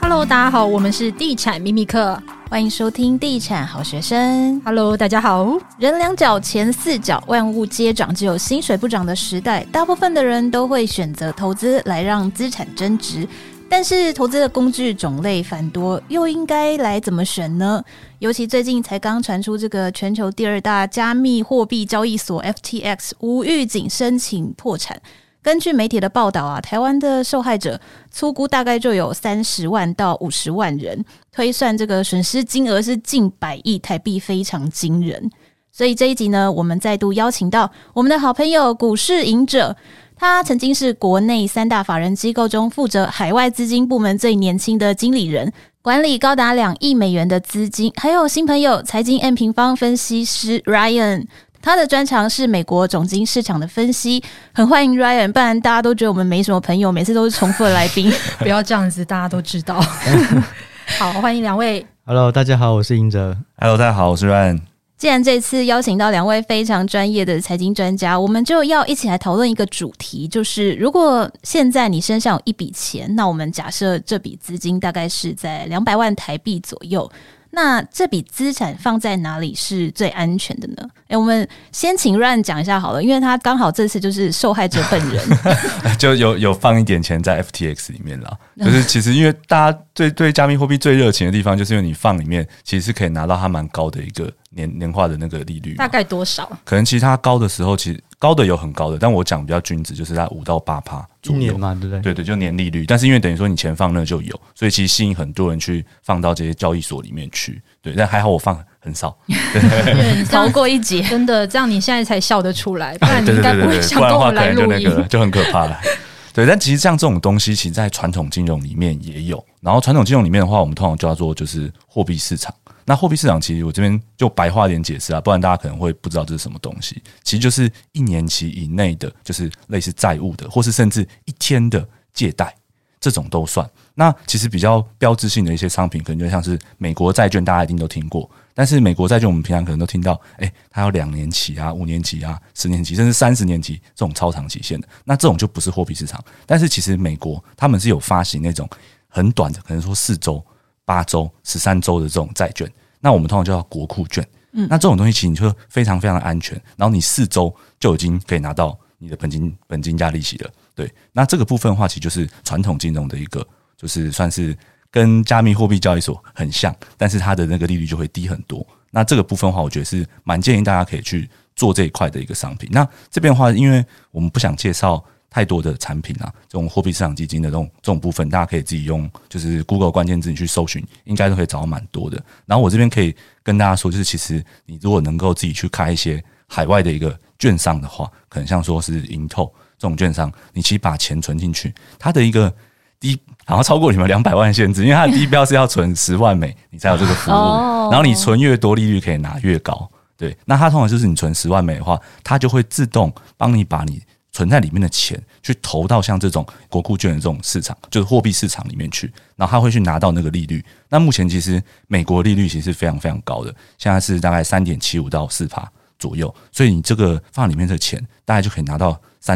Hello， 大家好，我们是地产秘密课， 欢迎收听地产好学生。 Hello， 大家好。 人两脚钱四脚，万物皆涨，只有薪水不涨的时代，大部分的人都会选择投资来让资产增值。但是投资的工具种类繁多，又应该来怎么选呢？尤其最近才刚传出这个全球第2大加密货币交易所 FTX 无预警申请破产。根据媒体的报道啊，台湾的受害者粗估大概就有30万到50万人，推算这个损失金额是近100亿台币，非常惊人。所以这一集呢，我们再度邀请到我们的好朋友股市赢者，他曾经是国内3大法人机构中负责海外资金部门最年轻的经理人，管理高达2亿美元的资金。还有新朋友财经 M 平方分析师 Ryan， 他的专长是美国总经市场的分析。很欢迎 Ryan， 不然大家都觉得我们没什么朋友，每次都是重复的来宾。 不要这样子，大家都知道。好，欢迎2位。 Hello， 大家好，我是赢者。 Hello， 大家好，我是 Ryan。 既然这次邀请到2位非常专业的财经专家，我们就要一起来讨论一个主题，就是如果现在你身上有一笔钱，那我们假设这笔资金大概是在200万台币左右，那这笔资产放在哪里是最安全的呢？我们先请 Ryan 讲一下好了，因为他刚好这次就是受害者本人。 就有放一点钱在 FTX 里面啦。就是其实因为大家对加密货币最热情的地方，就是因为你放里面其实是可以拿到它蛮高的一个年化的那个利率。 大概多少？ 可能其实它高的时候，其实高的有很高的，但我讲比较均值，就是在5到8%左右， 一年嘛，对不对？ 对对，就年利率。但是因为等于说你钱放那就有，所以其实吸引很多人去放到这些交易所里面去。对，但还好我放很少， 对，逃过一劫。 真的，这样你现在才笑得出来，不然你应该不会想跟我们来录音。 不然的话可能就那个就很可怕了。对，但其实像这种东西，其实在传统金融里面也有。然后传统金融里面的话，我们通常叫做就是货币市场。那货币市场其实我这边就白话点解释啊，不然大家可能会不知道这是什么东西。其实就是1年期以内的，就是类似债务的，或是甚至1天的借贷，这种都算。那其实比较标志性的一些商品，可能就像是美国债券，大家一定都听过。但是美国债券我们平常可能都听到，它要2年期啊、5年期啊、10年期，甚至30年期这种超长期限的。那这种就不是货币市场。但是其实美国他们是有发行那种很短的，可能说4周、8周、13周的这种债券。那我们通常叫国库券。那这种东西其实你就非常非常的安全，然后你4周就已经可以拿到你的本金加利息了。对，那这个部分的话，其实就是传统金融的一个，就是算是跟加密货币交易所很像，但是它的那个利率就会低很多。那这个部分的话，我觉得是蛮建议大家可以去做这一块的一个商品。那这边的话，因为我们不想介绍太多的产品啊，这种货币市场基金的这种部分，大家可以自己用就是 Google 关键字你去搜寻，应该都可以找到蛮多的。然后我这边可以跟大家说，就是其实你如果能够自己去开一些海外的一个券商的话，可能像说是盈透这种券商，你其实把钱存进去，它的一个好像超过你们200万限制，因为它的低标是要存10万美，你才有这个服务。然后你存越多，利率可以拿越高。对，那它通常就是你存10万美的话，它就会自动帮你把你存在里面的钱去投到像这种国库券的这种市场，就是货币市场里面去，然后它会去拿到那个利率。那目前其实美国利率其实是非常非常高的，现在是大概 3.75% 到 4% 左右，所以你这个放里面的钱大概就可以拿到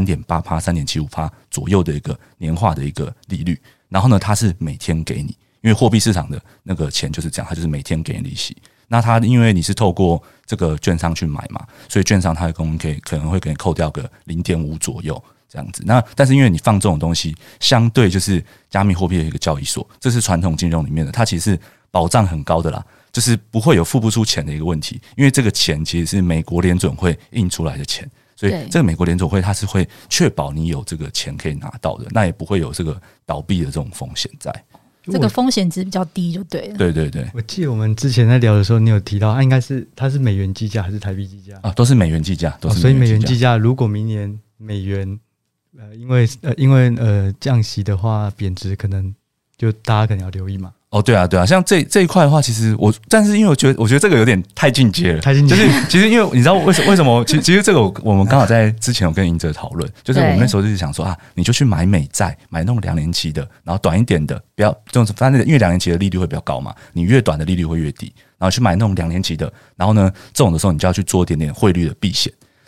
3.8%、3.75% 左右的一个年化的一个利率。然后呢，它是每天给你，因为货币市场的那个钱就是这样，它就是每天给你利息。那它因为你是透过这个券商去买嘛，所以券商它可能会给你扣掉个 0.5 左右这样子。那但是因为你放这种东西，相对就是加密货币的一个交易所，这是传统金融里面的，它其实是保障很高的啦，就是不会有付不出钱的一个问题，因为这个钱其实是美国联准会印出来的钱。所以这个美国联准会它是会确保你有这个钱可以拿到的，那也不会有这个倒闭的这种风险在。 这个风险值比较低就对了。 对对对， 我记得我们之前在聊的时候，你有提到，应该是它是美元计价还是台币计价？ 都是美元计价，都是美元计价。 所以美元计价，如果明年美元因为降息的话贬值，可能就大家可能要留意嘛。 对啊，像这一块的话，其实但是因为我觉得这个有点太进阶了，就是其实因为你知道为什么？其实这个我们刚好在之前有跟赢者讨论，就是我们那时候就是想说你就去买美债，买那种2年期的，然后短一点的，不要这种，反正因为2年期的利率会比较高嘛，你越短的利率会越低，然后去买那种2年期的，然后呢，这种的时候你就要去做一点点汇率的避险。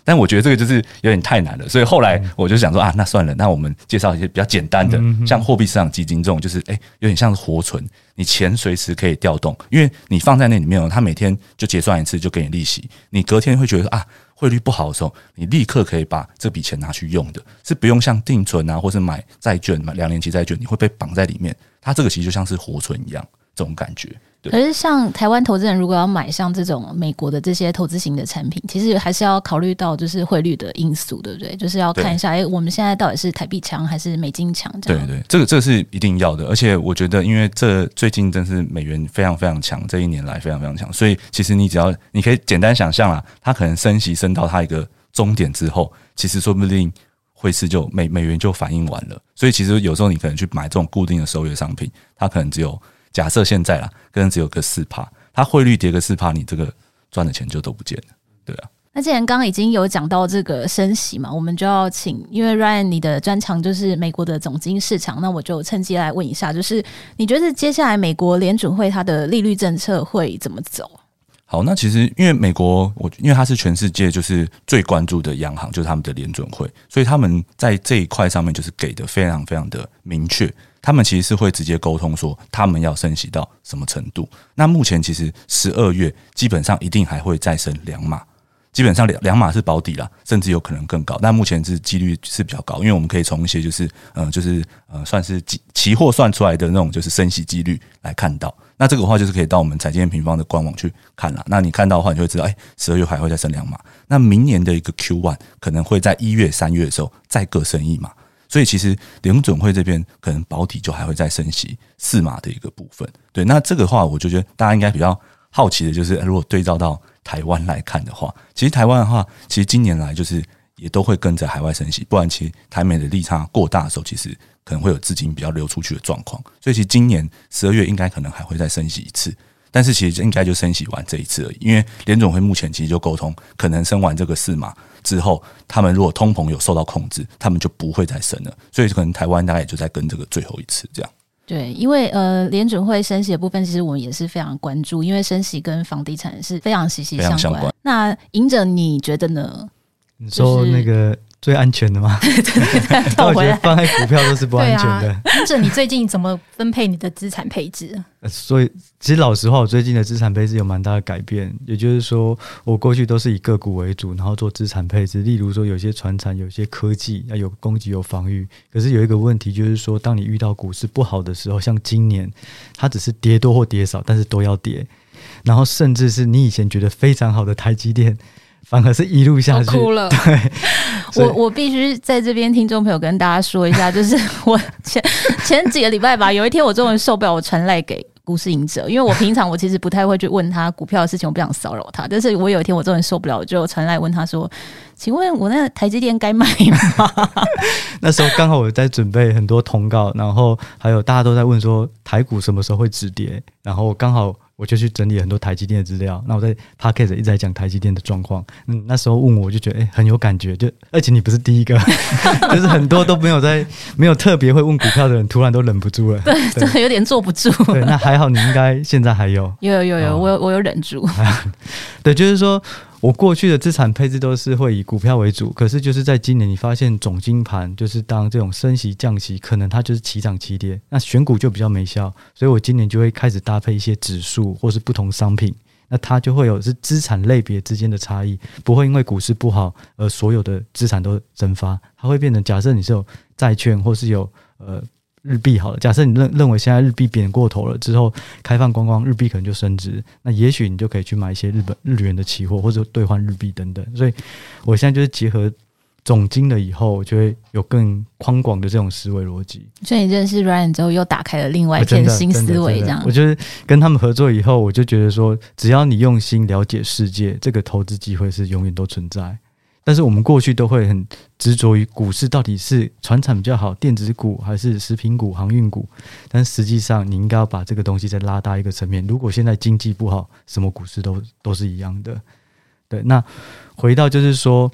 但我觉得这个就是有点太难了，所以后来我就想说那算了，那我们介绍一些比较简单的，像货币市场基金这种，就是有点像是活存，你钱随时可以调动，因为你放在那里面它每天就结算一次就给你利息，你隔天会觉得汇率不好的时候，你立刻可以把这笔钱拿去用的，是不用像定存或是买债券、买2年期债券，你会被绑在里面。它这个其实就像是活存一样，这种感觉。 可是像台湾投资人如果要买像这种美国的这些投资型的产品，其实还是要考虑到就是汇率的因素，对不对？就是要看一下我们现在到底是台币强还是美金强这样。 对，这个是一定要的，而且我觉得因为这最近真是美元非常非常强，这一年来非常非常强，所以其实你可以简单想象啦，它可能升息升到它一个终点之后，其实说不定汇市就美元就反应完了。所以其实有时候你可能去买这种固定的收益商品，它可能只有假设现在啦，可能只有个 4%， 它汇率跌个 4%， 你这个赚的钱就都不见了，对啊。 那既然刚刚已经有讲到这个升息嘛，我们就要请，因为 Ryan 你的专长就是美国的总经市场，那我就趁机来问一下，就是你觉得接下来美国联准会它的利率政策会怎么走？ 好，那其实因为美国，因为它是全世界就是最关注的央行，就是他们的联准会，所以他们在这一块上面就是给的非常非常的明确。他们其实是会直接沟通说他们要升息到什么程度。那目前其实12月基本上一定还会再升2码，基本上2码是保底啦，甚至有可能更高。但目前是几率是比较高，因为我们可以从一些算是期货算出来的那种就是升息几率来看到。那这个的话就是可以到我们财经平方的官网去看啦。那你看到的话，你就会知道，12月还会再升2码。那明年的一个 Q1 可能会在1月、3月的时候再各升1码。所以其实联准会这边可能保底就还会再升息4码的一个部分。对，那这个的话，我就觉得大家应该比较好奇的就是，如果对照到台湾来看的话，其实台湾的话，其实今年来就是也都会跟着海外升息，不然其实台美的利差过大的时候，其实可能会有资金比较流出去的状况。所以其实今年12月应该可能还会再升息一次。但是其实应该就升息完这一次而已，因为联准会目前其实就沟通，可能升完这个4码之后，他们如果通膨有受到控制，他们就不会再升了，所以可能台湾大概也就在跟这个最后一次这样。 对，因为联准会升息的部分，其实我们也是非常关注，因为升息跟房地产是非常息息相关。那赢者你觉得呢？ 你说那个最安全的吗？ 对， 我觉得放在股票都是不安全的。 赢者你最近怎么分配你的资产配置？ 所以其实老实话，我最近的资产配置有蛮大的改变。也就是说，我过去都是以个股为主，然后做资产配置。例如说，有些传产，有些科技，有攻击有防御。可是有一个问题，就是说，当你遇到股市不好的时候，像今年，它只是跌多或跌少，但是都要跌。然后甚至是你以前觉得非常好的台积电，反而是一路下去， 哭了。 对， 我必须在这边听众朋友跟大家说一下，就是我前几个礼拜吧，有一天我终于受不了，我传赖给股市赢者，因为我平常我其实不太会去问他股票的事情，我不想骚扰他，但是我有一天我终于受不了，我就传赖问他说，请问我那个台积电该卖吗？ 那时候刚好我在准备很多通告，然后还有大家都在问说台股什么时候会止跌，然后刚好我就去整理很多台积电的资料。那我在 Podcast 一直在讲台积电的状况，那时候问我就觉得很有感觉，就而且你不是第一个，就是很多都没有特别会问股票的人，突然都忍不住了。 对，真的有点坐不住。 对，那还好你应该现在还有有，我有忍住。 对，就是说我过去的资产配置都是会以股票为主，可是就是在今年你发现总经盘就是当这种升息降息，可能它就是齐涨齐跌，那选股就比较没效，所以我今年就会开始搭配一些指数或是不同商品，那它就会有是资产类别之间的差异，不会因为股市不好而所有的资产都蒸发，它会变成假设你是有债券或是有日币好了，假设你认为现在日币贬过头了之后，开放观光，日币可能就升值，那也许你就可以去买一些日元的期货或者兑换日币等等。所以我现在就是结合总经了以后，我就会有更宽广的这种思维逻辑。 所以你认识 Ryan 之后，又打开了另外一片新思维，这样。 我就是跟他们合作以后，我就觉得说，只要你用心了解世界，这个投资机会是永远都存在。但是我们过去都会很执着于股市到底是传产比较好，电子股还是食品股、航运股，但实际上你应该要把这个东西再拉大一个层面。如果现在经济不好，什么股市都是一样的。对，那回到就是说，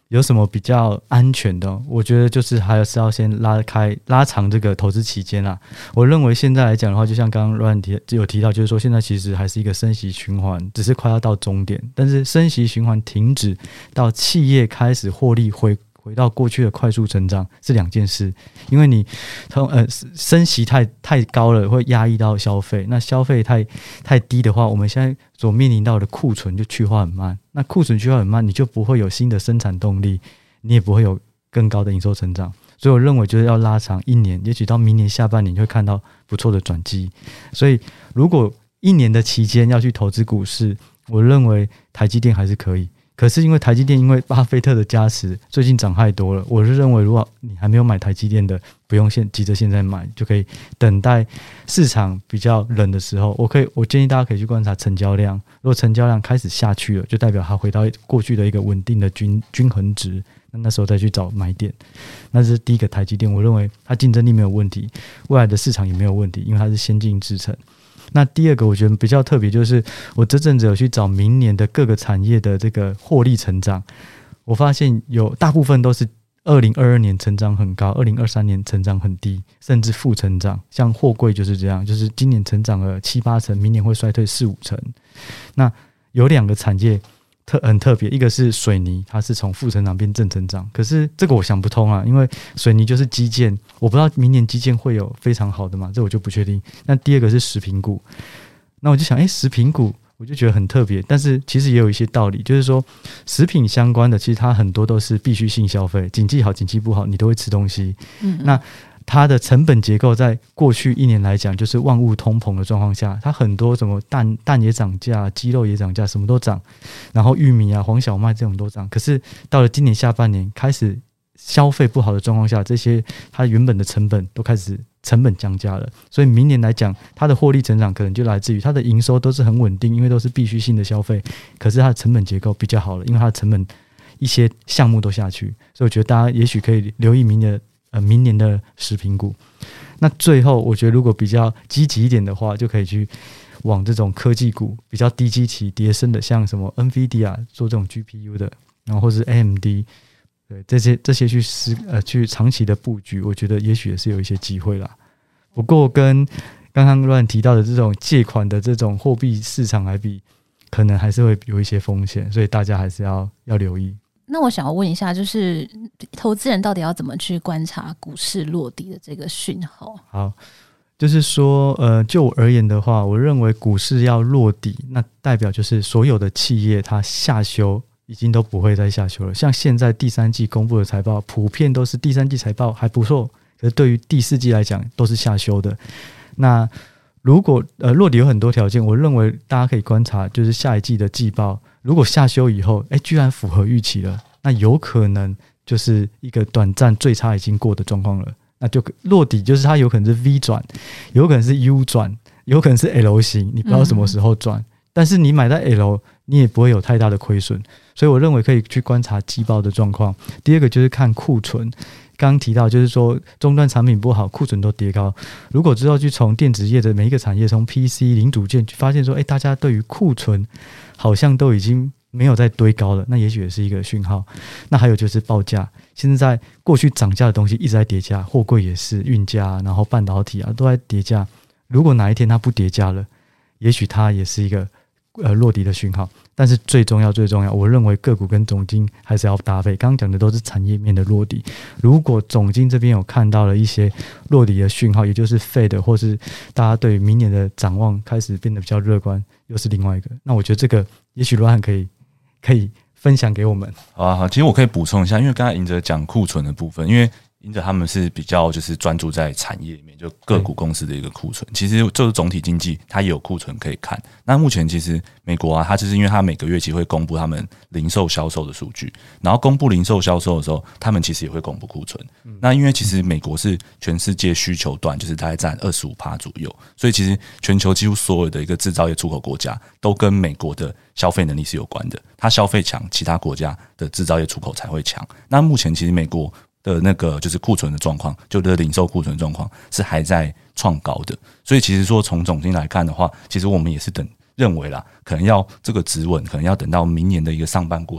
有什么比较安全的？我觉得就是还是要先拉长这个投资期间啦。我认为现在来讲的话，就像刚刚Ryan有提到，就是说现在其实还是一个升息循环，只是快要到终点，但是升息循环停止到企业开始获利回到过去的快速成长是两件事，因为你升息太高了会压抑到消费，那消费太低的话，我们现在所面临到的库存就去化很慢，那库存去化很慢，你就不会有新的生产动力，你也不会有更高的营收成长，所以我认为就是要拉长1年，也许到明年下半年就会看到不错的转机。所以如果1年的期间要去投资股市，我认为台积电还是可以。可是因为台积电因为巴菲特的加持最近涨太多了，我是认为如果你还没有买台积电的，不用急着现在买，就可以等待市场比较冷的时候，我建议大家可以去观察成交量，如果成交量开始下去了，就代表它回到过去的一个稳定的均衡值，那时候再去找买点。那是第一个台积电，我认为它竞争力没有问题，未来的市场也没有问题，因为它是先进制程。那第二个我觉得比较特别，就是我这阵子有去找明年的各个产业的这个获利成长，我发现有大部分都是2022年成长很高，2023年成长很低，甚至负成长。像货柜就是这样，就是今年成长了7-8成，明年会衰退4-5成。那有2个产业很特别，一个是水泥，它是从负成长变正成长，可是这个我想不通啊，因为水泥就是基建，我不知道明年基建会有非常好的嘛，这我就不确定。那第二个是食品股，那我就想食品股我就觉得很特别，但是其实也有一些道理，就是说食品相关的其实它很多都是必需性消费，景气好景气不好你都会吃东西，那它的成本结构在过去1年来讲，就是万物通膨的状况下，它很多什么蛋也涨价，鸡肉也涨价，什么都涨，然后玉米啊、黄小麦这种都涨。可是到了今年下半年开始消费不好的状况下，这些它原本的成本都开始成本降价了，所以明年来讲，它的获利成长可能就来自于它的营收都是很稳定，因为都是必需性的消费，可是它的成本结构比较好了，因为它的成本一些项目都下去，所以我觉得大家也许可以留意明年的食品股。那最后我觉得如果比较积极一点的话，就可以去往这种科技股比较低基期跌升的，像什么 NVIDIA 做这种 GPU 的，然后或是 AMD， 对这些去长期的布局，我觉得也许也是有一些机会啦。不过跟刚刚Ryan提到的这种借款的这种货币市场来比，可能还是会有一些风险，所以大家还是要留意。 那我想要问一下，就是投资人到底要怎么去观察股市落底的这个讯号？ 好，就是说就我而言的话，我认为股市要落底，那代表就是所有的企业它下修已经都不会再下修了。像现在第3季公布的财报，普遍都是第3季财报还不错，可是对于第4季来讲都是下修的。那如果落底有很多条件，我认为大家可以观察，就是下一季的季报，如果下修以后，居然符合预期了，那有可能就是一个短暂最差已经过的状况了。那就落底，就是它有可能是 V 转，有可能是 U 转，有可能是 L 型，你不知道什么时候转，但是你买在 L， 你也不会有太大的亏损，所以我认为可以去观察季报的状况。第二个就是看库存。刚刚提到就是说终端产品不好，库存都跌高，如果之后去从电子业的每一个产业，从 PC 零组件发现说大家对于库存好像都已经没有再堆高了，那也许也是一个讯号。那还有就是报价，现在过去涨价的东西一直在跌价，货柜也是，运价然后半导体都在跌价，如果哪一天它不跌价了，也许它也是一个落底的讯号。但是最重要，我认为个股跟总经还是要搭配。刚刚讲的都是产业面的落底，如果总经这边有看到了一些落底的讯号，也就是 Fed 或是大家对明年的展望开始变得比较乐观，又是另外一个。那我觉得这个也许Ryan可以分享给我们。 好，其实我可以补充一下，因为刚才迎着讲库存的部分，因为因着他们是比较就是专注在产业里面，就个股公司的一个库存，其实就是总体经济它也有库存可以看。那目前其实美国它就是因为它每个月其实会公布他们零售销售的数据，然后公布零售销售的时候，他们其实也会公布库存。那因为其实美国是全世界需求端就是大概占 25% 左右，所以其实全球几乎所有的一个制造业出口国家都跟美国的消费能力是有关的，它消费强，其他国家的制造业出口才会强。那目前其实美国的那个就是库存的状况，就是零售库存的状况是还在创高的，所以其实说从总经来看的话，其实我们也是认为啦，可能要这个止稳，可能要等到明年的一个上半过去，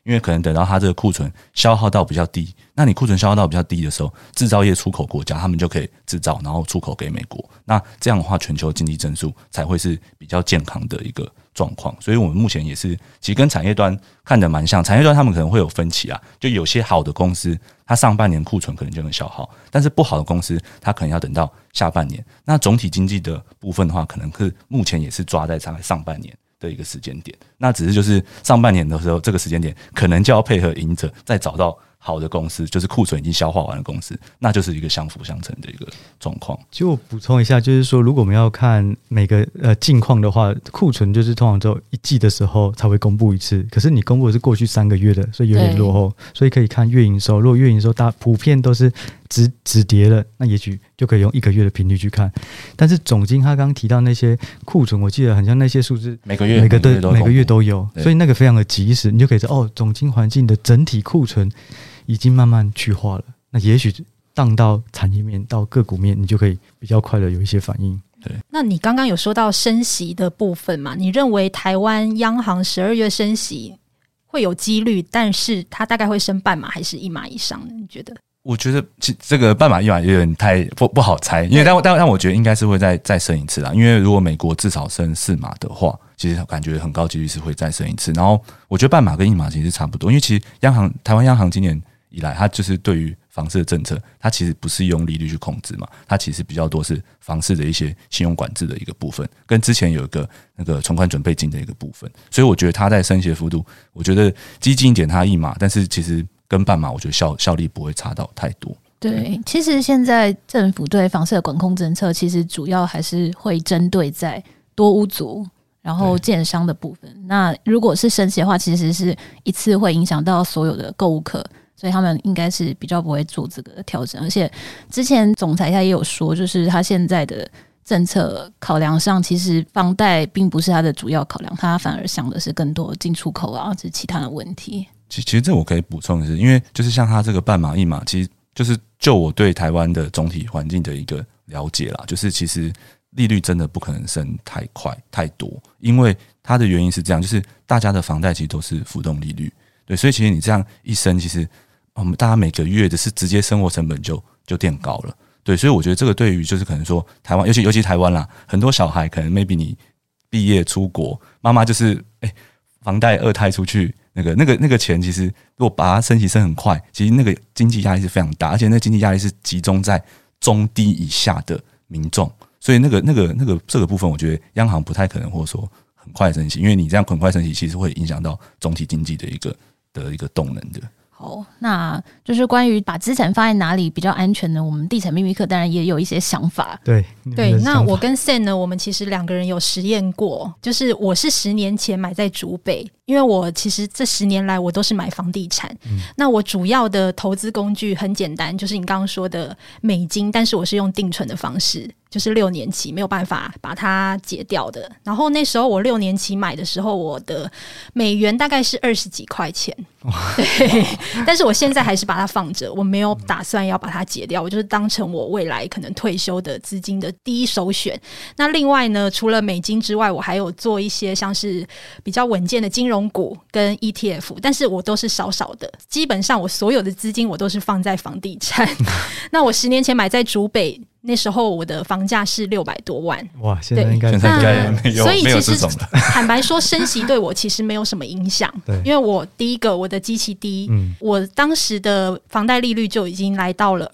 因为可能等到它这个库存消耗到比较低，那你库存消耗到比较低的时候，制造业出口国家他们就可以制造，然后出口给美国。那这样的话，全球经济增速才会是比较健康的一个状况。所以我们目前也是其实跟产业端看得蛮像，产业端他们可能会有分歧啊，就有些好的公司它上半年库存可能就能消耗，但是不好的公司它可能要等到下半年。那总体经济的部分的话，可能是目前也是抓在上半年的一个时间点，那只是就是上半年的时候，这个时间点可能就要配合赢者再找到好的公司，就是库存已经消化完的公司，那就是一个相辅相成的一个状况。 就我补充一下，就是说，如果我们要看每个近况的话，库存就是通常只有一季的时候才会公布一次，可是你公布的是过去3个月的，所以有点落后，所以可以看月营收。如果月营收大普遍都是止跌了，那也许就可以用1个月的频率去看。但是总经他刚刚提到那些库存，我记得很像那些数字每个月都有，所以那个非常的及时，你就可以知道哦，总经环境的整体库存已经慢慢去化了。那也许荡到产业面到个股面，你就可以比较快的有一些反应。 对， 那你刚刚有说到升息的部分嘛？你认为台湾央行12月升息会有几率，但是它大概会升半码还是1码以上呢？你觉得？ 我觉得这个半码1码有点太不好猜，因为但我觉得应该是会再升一次啦。因为如果美国至少升4码的话，其实感觉很高几率是会再升一次。然后我觉得半码跟1码其实差不多，因为其实台湾央行今年以来，它就是对于房市的政策，它其实不是用利率去控制嘛，它其实比较多是房市的一些信用管制的一个部分，跟之前有一个那个存款准备金的一个部分。所以我觉得它在升息的幅度，我觉得激进一点它1码，但是其实跟半码我觉得效力不会差到太多。 对，其实现在政府对房市的管控政策，其实主要还是会针对在多屋族然后建商的部分。那如果是升息的话，其实是一次会影响到所有的购物客，所以他们应该是比较不会做这个调整。而且之前总裁他也有说，就是他现在的政策考量上，其实房贷并不是他的主要考量，他反而想的是更多进出口啊，这其他的问题。 其实这我可以补充的是，因为就是像他这个半码1码，其实就是就我对台湾的总体环境的一个了解啦，就是其实利率真的不可能升太快太多，因为它的原因是这样，就是大家的房贷其实都是浮动利率，对，所以其实你这样一升，其实我们大家每个月的是直接生活成本就垫高了，对，所以我觉得这个对于就是可能说台湾，尤其台湾啦，很多小孩可能 maybe 你毕业出国，妈妈就是房贷2胎出去。那个钱，其实如果把它升息升很快，其实那个经济压力是非常大，而且那个经济压力是集中在中低以下的民众，所以这个部分，我觉得央行不太可能或者说很快升息，因为你这样很快升息，其实会影响到总体经济的一个动能的。 好，那就是关于把资产放在哪里比较安全呢？我们地产秘密课当然也有一些想法。 对， 那我跟 Sam 呢，我们其实2个人有实验过，就是我是10年前买在竹北，因为我其实这10年来我都是买房地产。那我主要的投资工具很简单，就是你刚刚说的美金，但是我是用定存的方式，就是6年期，没有办法把它解掉的。然后那时候我6年期买的时候，我的美元大概是20几块钱，对。但是我现在还是把它放着，我没有打算要把它解掉，我就是当成我未来可能退休的资金的第一首选。那另外呢，除了美金之外，我还有做一些像是比较稳健的金融股跟 ETF， 但是我都是少少的，基本上我所有的资金我都是放在房地产。那我10年前买在竹北，那时候我的房价是600多万， 哇，现在应该所以其实坦白说，升息对我其实没有什么影响，因为我第一个我的基期低，我当时的房贷利率就已经来到了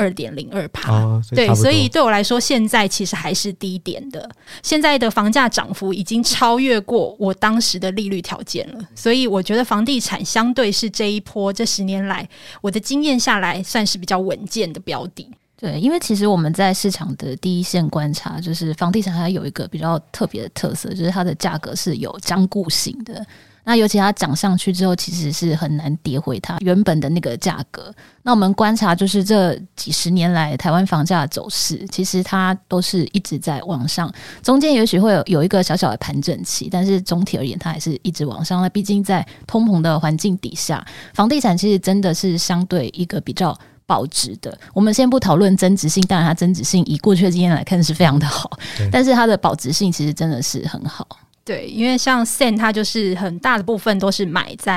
2.02%，对，所以对我来说现在其实还是低点的，现在的房价涨幅已经超越过我当时的利率条件了，所以我觉得房地产相对是这一波这10年来我的经验下来算是比较稳健的标的。 对，因为其实我们在市场的第一线观察，就是房地产它有一个比较特别的特色，就是它的价格是有僵固性的。那尤其它涨上去之后，其实是很难跌回它原本的那个价格。那我们观察就是这几十年来台湾房价的走势，其实它都是一直在往上，中间也许会有一个小小的盘整期，但是总体而言它还是一直往上。那毕竟在通膨的环境底下，房地产其实真的是相对一个比较保值的。我们先不讨论增值性，当然它增值性以过去的经验来看是非常的好，但是它的保值性其实真的是很好。 对，因为像 Sam 它就是很大的部分都是买在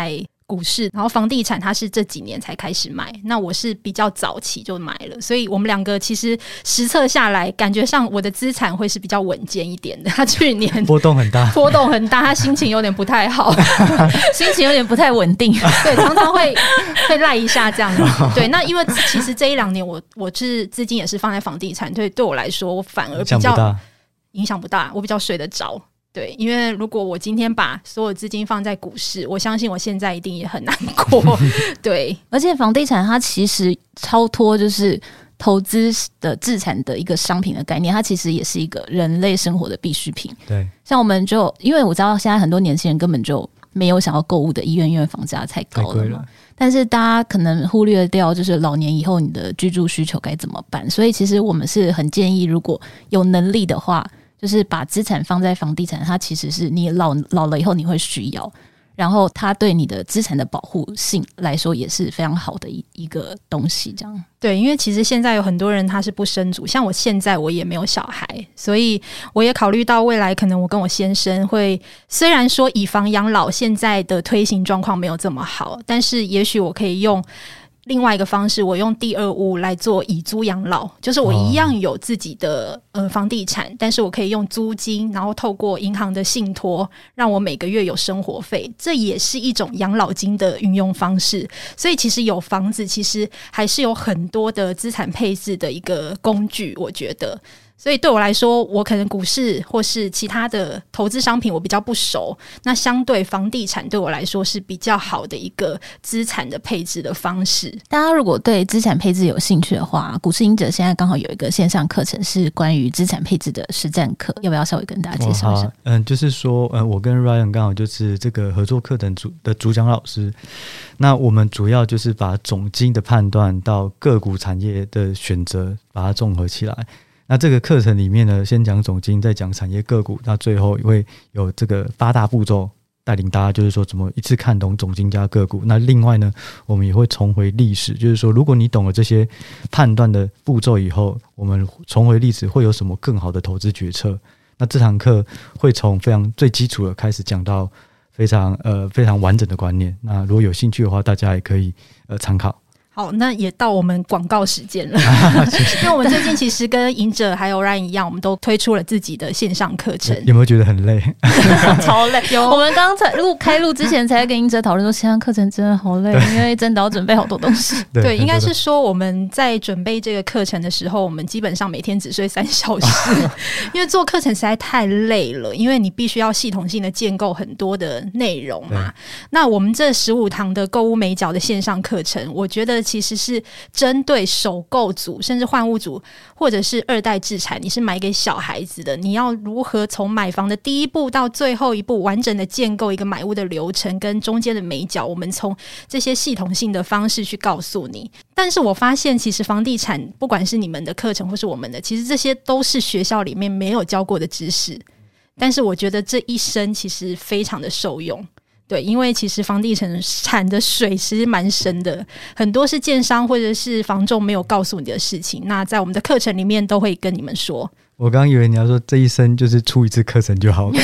股市，然后房地产它是这几年才开始买，那我是比较早期就买了，所以我们两个其实实测下来，感觉上我的资产会是比较稳健一点的。他去年波动很大， 他心情有点不太好， 心情有点不太稳定， 对，常常会赖一下这样子。对，那因为其实这1-2年我是资金也是放在房地产，对我来说，我反而比较影响不大，我比较睡得着。对，因为如果我今天把所有资金放在股市，我相信我现在一定也很难过。对， 而且房地产它其实超脱就是投资的资产的一个商品的概念，它其实也是一个人类生活的必需品。 对， 像我们就因为我知道现在很多年轻人根本就没有想要购物的意愿，因为房价太高了嘛。但是大家可能忽略掉，就是老年以后你的居住需求该怎么办？所以其实我们是很建议，如果有能力的话，就是把资产放在房地产，它其实是你老了以后你会需要，然后它对你的资产的保护性来说也是非常好的一个东西。这样对，因为其实现在有很多人他是不生主，像我现在我也没有小孩，所以我也考虑到未来可能我跟我先生会，虽然说以房养老现在的推行状况没有这么好，但是也许我可以用另外一个方式，我用第二屋来做以租养老，就是我一样有自己的房地产，但是我可以用租金，然后透过银行的信托，让我每个月有生活费，这也是一种养老金的运用方式。所以其实有房子，其实还是有很多的资产配置的一个工具，我觉得。所以对我来说，我可能股市或是其他的投资商品我比较不熟，那相对房地产对我来说是比较好的一个资产的配置的方式。 大家如果对资产配置有兴趣的话，股市赢者现在刚好有一个线上课程是关于资产配置的实战课，要不要稍微跟大家介绍一下？ 就是说我跟 Ryan 刚好就是这个合作课程的主讲老师，那我们主要就是把总经的判断到个股产业的选择把它综合起来。那这个课程里面呢，先讲总经，再讲产业个股，那最后也会有这个8大步骤带领大家，就是说怎么一次看懂总经加个股。那另外呢，我们也会重回历史，就是说如果你懂了这些判断的步骤以后，我们重回历史会有什么更好的投资决策。那这堂课会从非常最基础的开始讲到非常完整的观念。那如果有兴趣的话，大家也可以参考。 好，那也到我们广告时间了。因为我们最近其实跟赢者还有 Ryan 一样，我们都推出了自己的线上课程。 有没有觉得很累？ 超累。我们刚才开录之前才跟赢者讨论说，线上课程真的好累，因为真的要准备好多东西。 对，应该是说我们在准备这个课程的时候，我们基本上每天只睡3小时，因为做课程实在太累了，因为你必须要系统性的建构很多的内容嘛。那我们这15堂的购物美角的线上课程，我觉得其实是针对首购族甚至换屋族或者是2代置产，你是买给小孩子的，你要如何从买房的第一步到最后一步完整的建构一个买屋的流程跟中间的美角，我们从这些系统性的方式去告诉你。但是我发现其实房地产不管是你们的课程或是我们的，其实这些都是学校里面没有教过的知识，但是我觉得这一生其实非常的受用。对，因为其实房地产的水其实蛮深的，很多是建商或者是房仲没有告诉你的事情，那在我们的课程里面都会跟你们说。 我刚以为你要说这一生就是出一次课程就好了。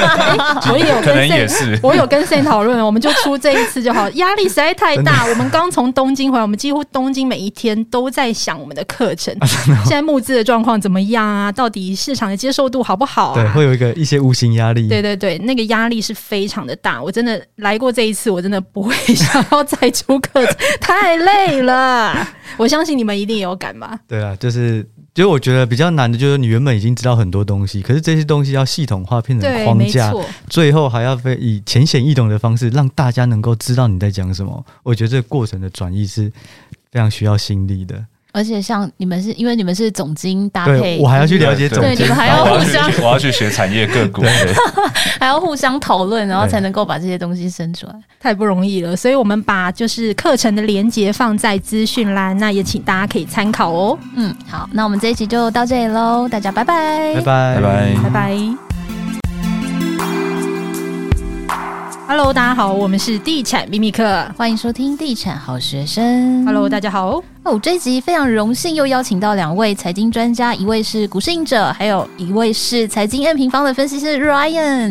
我有跟 Sam 讨论，我们就出这一次就好，压力实在太大。我们刚从东京回来，我们几乎东京每一天都在想我们的课程，现在募资的状况怎么样啊？到底市场的接受度好不好啊？ 对，会有一些无形压力。 对对对，那个压力是非常的大。我真的来过这一次，我真的不会想要再出课程，太累了。我相信你们一定有感吧？ 对啊，就是我觉得比较难的就是你原本已经知道很多东西，可是这些东西要系统化变成框架，最后还要以浅显易懂的方式让大家能够知道你在讲什么。我觉得这个过程的转译是非常需要心力的。 而且像你们是因为你们是总经搭配， 对，我还要去了解总经， 对，你们还要互相， 我要去学产业个股， 还要互相讨论，然后才能够把这些东西生出来， 太不容易了。所以我们把就是课程的连结放在资讯栏，那也请大家可以参考哦。 好，那我们这一集就到这里咯，大家拜拜， 拜拜， 拜拜， 拜拜。Hello， 大家好，我们是地产秘密课， 欢迎收听地产好学生。 Hello， 大家好。 这一集非常荣幸又邀请到2位财经专家，一位是股市赢者，还有一位是财经 M 平方的分析师 Ryan。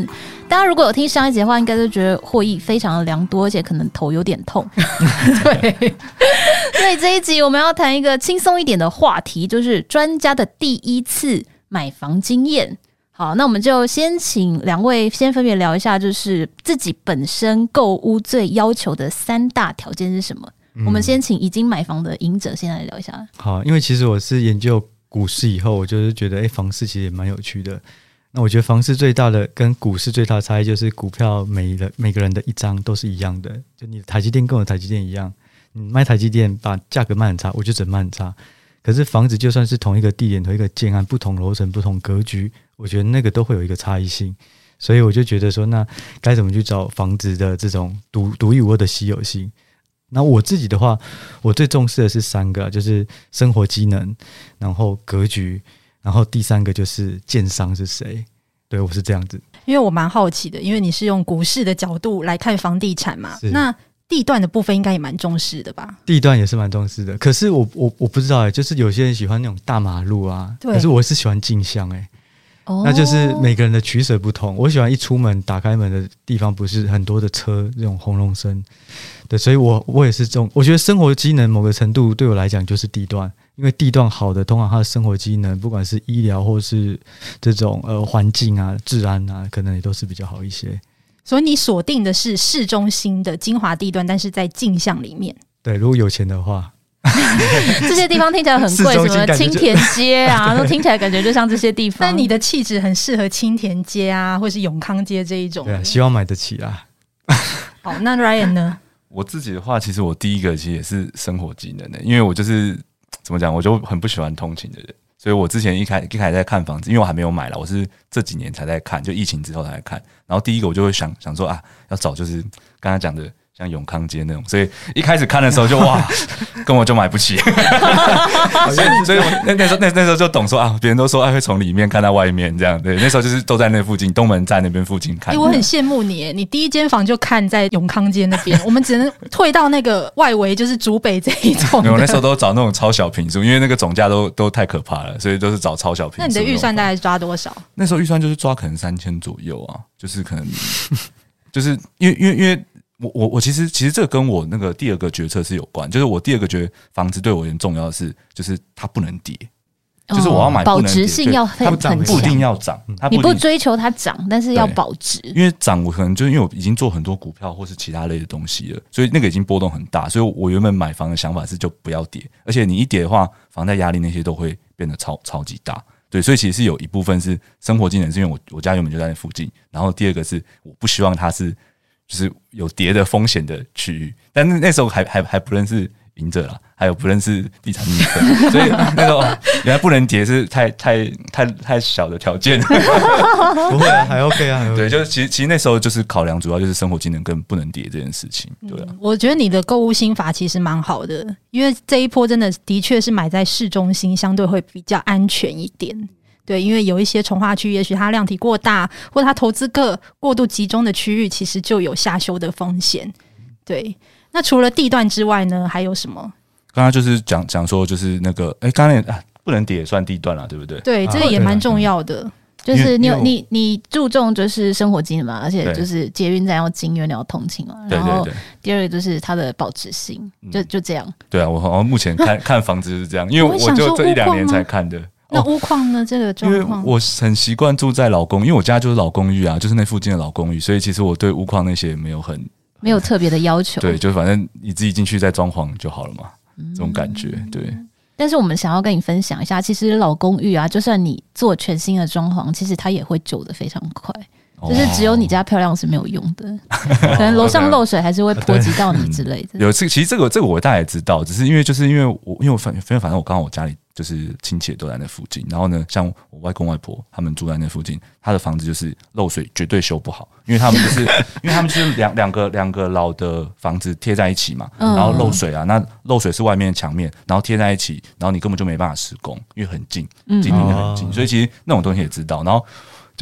大家如果有听上一集的话，应该都觉得获益非常的良多，而且可能头有点痛。对，所以这一集我们要谈一个轻松一点的话题，就是专家的第一次买房经验。好，那我们就先请两位先分别聊一下，就是自己本身购屋最要求的3大条件是什么？我们先请已经买房的赢者先来聊一下。 好，因为其实我是研究股市以后，我就是觉得房市其实也蛮有趣的。那我觉得房市最大的跟股市最大的差异就是股票每个人的一张都是一样的，就你的台积电跟我的台积电一样，你卖台积电把价格卖很差，我就只卖很差。可是房子就算是同一个地点同一个建案，不同楼层不同格局，我觉得那个都会有一个差异性。所以我就觉得说，那该怎么去找房子的这种独一无二的稀有性。那我自己的话，我最重视的是3个，就是生活机能，然后格局，然后第3个就是建商是谁。对，我是这样子。 因为我蛮好奇的，因为你是用股市的角度来看房地产嘛，那地段的部分应该也蛮重视的吧？地段也是蛮重视的，可是我不知道就是有些人喜欢那种大马路啊，可是我是喜欢近巷那就是每个人的取舍不同。我喜欢一出门打开门的地方不是很多的车这种轰隆声，对，所以我也是这种。我觉得生活机能某个程度对我来讲就是地段，因为地段好的，通常它的生活机能，不管是医疗或是这种环境啊、治安啊，可能也都是比较好一些。 所以你锁定的是市中心的精华地段，但是在近巷里面。 对，如果有钱的话。 这些地方听起来很贵，什么青田街啊，都听起来感觉就像这些地方。 但你的气质很适合青田街啊，或是永康街这一种。 对，希望买得起啦。 好，那 Ryan 呢？ 我自己的话，其实我第一个其实也是生活技能因为我就是怎么讲，我就很不喜欢通勤的人。所以我之前一开始在看房子，因为我还没有买啦，我是这几年才在看，就疫情之后才在看。然后第一个我就会想说啊，要找就是刚才讲的像永康街那种，所以一开始看的时候就哇，根本就买不起。所以我那时候就懂说啊，别人都说会从里面看到外面这样，对，那时候就是都在那附近，东门站那边附近看。 我很羡慕你第一间房就看在永康街那边，我们只能退到那个外围，就是竹北这一种。 没有，那时候都找那种超小坪数，因为那个总价都太可怕了，所以都是找超小坪数。 那你的预算大概抓多少？ 那时候预算就是抓可能3000左右啊，就是可能就是因为。我其实这个跟我那个第二个决策是有关，就是我第二个觉得房子对我很重要的是，就是它不能跌，就是我要买不能跌， 保值性要很强， 不一定要涨， 你不追求它涨，但是要保值。 因为涨我可能就是因为我已经做很多股票或是其他类的东西了，所以那个已经波动很大，所以我原本买房的想法是就不要跌，而且你一跌的话，房贷压力那些都会变得超级大。对，所以其实是有一部分是生活技能，是因为我家原本就在那附近，然后第二个是我不希望它是。就是有跌的风险的区域，但是那时候还不认识赢者啦，还有不认识地产秘密，所以那个原来不能跌是太小的条件。 不会啊，还 OK 啊。 对，就是其实那时候就是考量主要就是生活技能跟不能跌这件事情。对啊， 我觉得你的购物心法其实蛮好的，因为这一波真的确是买在市中心，相对会比较安全一点。对，因为有一些重划区，也许它量体过大，或者它投资客过度集中的区域，其实就有下修的风险。对，那除了地段之外呢，还有什么？ 刚刚就是讲说，就是那个，刚才不能跌也算地段啦，对不对？ 对，这个也蛮重要的。 就是你注重就是生活机能嘛，而且就是捷运站要近，因为你要通勤嘛。然后第二个就是它的保值性，就这样。 对啊，我好像目前看房子是这样，因为我就这1-2年才看的。 那屋况呢？这个状况， 因为我很习惯住在老公寓，因为我家就是老公寓啊，就是那附近的老公寓，所以其实我对屋况那些没有特别的要求。 对，就反正你自己进去再装潢就好了嘛，这种感觉。对。 但是我们想要跟你分享一下，其实老公寓啊，就算你做全新的装潢，其实它也会旧得非常快。就是只有你家漂亮是没有用的，可能楼上漏水还是会波及到你之类的。 有其实这个我大概也知道，只是因为我反正我刚好我家里就是亲戚都在那附近，然后呢，像我外公外婆他们住在那附近，他的房子就是漏水绝对修不好，因为他们就是两个老的房子贴在一起嘛，然后漏水啊，那漏水是外面的墙面，然后贴在一起，然后你根本就没办法施工，因为很近，离得很近，所以其实那种东西也知道，然后就。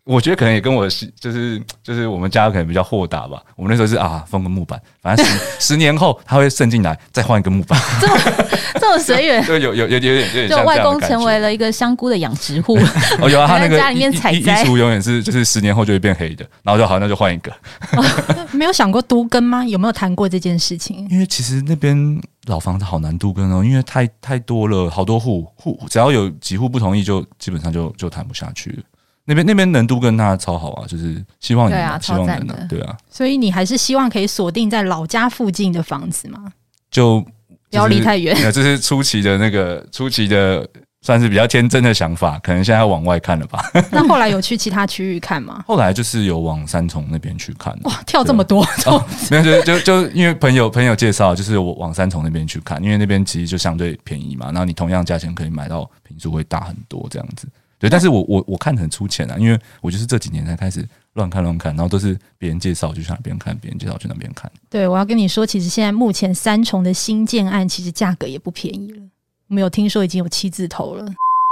我觉得可能也跟我就是我们家可能比较豁达吧。我们那时候是封个木板，反正10年后他会渗进来，再换一个木板， 这么随缘， 对，有点像这样的感觉。 就外公成为了一个香菇的养殖户。 有啊，他那个家里面采摘衣橱永远是就是10年后就会变黑的，然后就好，那就换一个。 没有想过都更吗？有没有谈过这件事情？ 因为其实那边老房子好难都更哦，因为太多了，好多户，只要有几户不同意，就基本上就谈不下去了。那边能都更那超好啊，就是希望能啊，希望能啊，对啊。所以你还是希望可以锁定在老家附近的房子吗？ 就不要离太远。 这是初期的算是比较天真的想法，可能现在要往外看了吧。 那后来有去其他区域看吗？ 后来就是有往三重那边去看。 哇，跳这么多！ 没有，就因为朋友介绍，就是我往三重那边去看，因为那边其实就相对便宜嘛，然后你同样价钱可以买到坪数会大很多这样子。对，但是我看得很粗浅啊，因为我就是这几年才开始乱看，然后都是别人介绍就去那边看，别人介绍去那边看。 对，我要跟你说，其实现在目前三重的新建案其实价格也不便宜了，我们有听说已经有7字头了。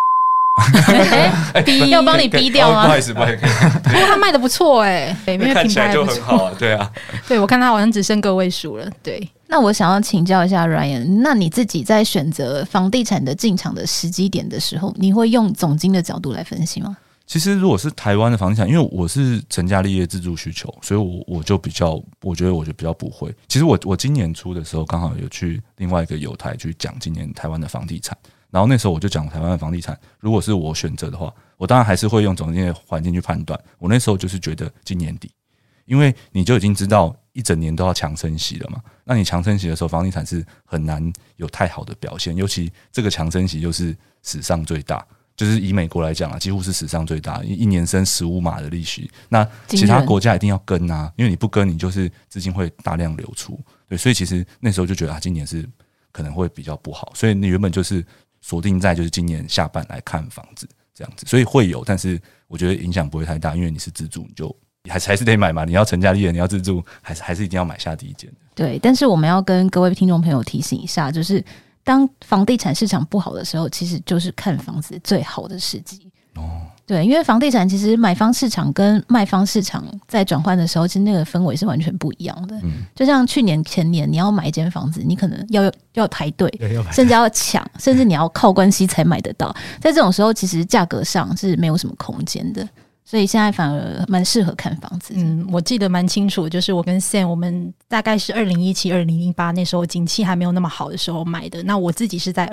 要帮你逼掉吗？ 不好意思，不过他卖的不错因为看起来就很好啊，对啊， 对我看他好像只剩个位数了。对， 那我想要请教一下 Ryan， 那你自己在选择房地产的进场的时机点的时候，你会用总经的角度来分析吗？ 其实如果是台湾的房地产，因为我是成家立业自住需求，所以我就比较，我觉得比较不会。其实我今年初的时候刚好有去另外一个友台去讲今年台湾的房地产。然后那时候我就讲台湾的房地产，如果是我选择的话，我当然还是会用总经的环境去判断。我那时候就是觉得今年底，因为你就已经知道一整年都要强升息了嘛。那你强升息的时候，房地产是很难有太好的表现，尤其这个强升息又是史上最大，就是以美国来讲啊，几乎是史上最大，一年升15码的利息。那其他国家一定要跟啊，因为你不跟，你就是资金会大量流出。对，所以其实那时候就觉得今年是可能会比较不好，所以你原本就是锁定在就是今年下半来看房子这样子，所以会有，但是我觉得影响不会太大，因为你是自住，你就还是得买嘛。你要成家立业，你要自住，还是一定要买下第一间的。 对，但是我们要跟各位听众朋友提醒一下，就是当房地产市场不好的时候，其实就是看房子最好的时机。对，因为房地产其实买方市场跟卖方市场在转换的时候，其实那个氛围是完全不一样的。就像去年前年你要买一间房子，你可能要排队，甚至要抢，甚至你要靠关系才买得到。在这种时候，其实价格上是没有什么空间的。所以现在反而蛮适合看房子。 我记得蛮清楚，就是我跟 Sam 我们大概是2017、2018那时候景气还没有那么好的时候买的。那我自己是在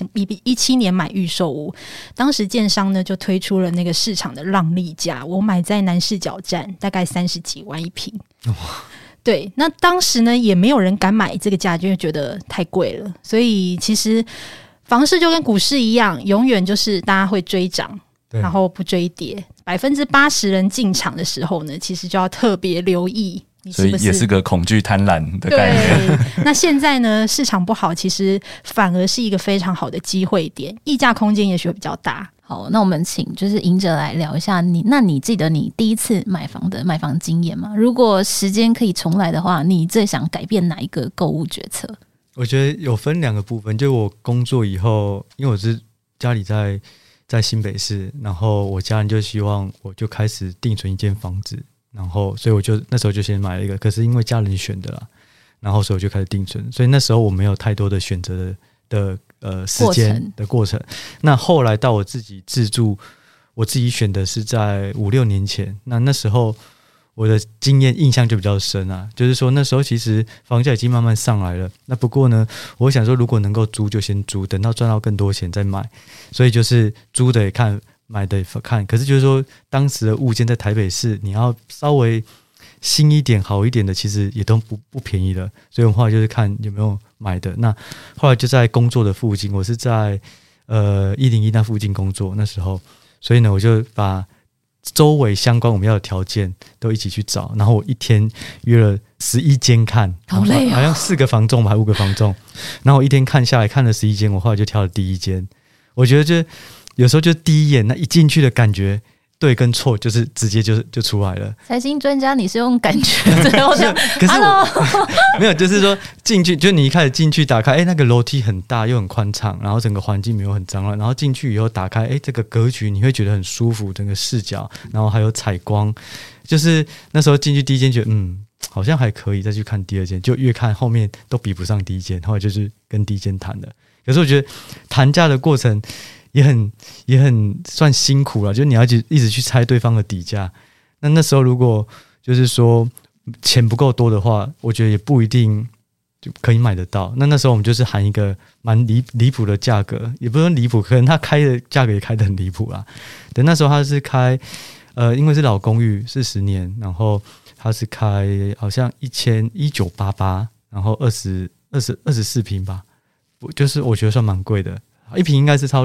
2017年买预售屋，当时建商呢就推出了那个市场的让利价，我买在南势角站，大概30几万一坪。对，那当时呢也没有人敢买这个价，就会觉得太贵了。所以其实房市就跟股市一样，永远就是大家会追涨，然后不追跌。80%人进场的时候呢，其实就要特别留意你是不是， 所以也是个恐惧贪婪的概念。 对，那现在呢，市场不好，其实反而是一个非常好的机会点，溢价空间也许会比较大。 好，那我们请就是赢者来聊一下你记得你第一次买房经验吗？如果时间可以重来的话，你最想改变哪一个购物决策？ 我觉得有分2个部分，就我工作以后，因为我是家里在新北市，然后我家人就希望我就开始定存一间房子，然后所以我就那时候就先买了一个，可是因为家人选的啦，然后所以我就开始定存，所以那时候我没有太多的选择的时间的过程。那后来到我自己自住，我自己选的是在5-6年前，那时候我的经验印象就比较深啊，就是说那时候其实房价已经慢慢上来了，那不过呢，我想说如果能够租就先租，等到赚到更多钱再买，所以就是租的也看，买的也看。可是就是说当时的物件在台北市，你要稍微新一点好一点的，其实也都不便宜了，所以我们后来就是看有没有买的。那后来就在工作的附近，我是在101那附近工作那时候，所以呢我就把周围相关我们要的条件都一起去找，然后我一天约了11间看， 好累好像4个房仲还5个房仲，然后我一天看下来看了11间，我后来就挑了第一间。我觉得就有时候就第一眼那一进去的感觉， 对跟错就是直接就出来了。 财经专家，你是用感觉的， 可是没有，就是说进去，就你一开始进去打开，那个楼梯很大又很宽敞，然后整个环境没有很脏乱，然后进去以后打开，这个格局你会觉得很舒服，整个视角，然后还有采光，就是那时候进去第一间觉得好像还可以，再去看第二间，就越看后面都比不上第一间，后来就是跟第一间谈的。可是我觉得谈价的过程也很算辛苦了，就是你要一直去猜对方的底价。那时候如果就是说钱不够多的话，我觉得也不一定就可以买得到。那时候我们就是喊一个蛮离谱的价格，也不是离谱，可能他开的价格也开得很离谱啦。对，那时候他是开因为是老公寓40年，然后他是开好像1988，然后24坪吧，就是我觉得算蛮贵的。一瓶应该是超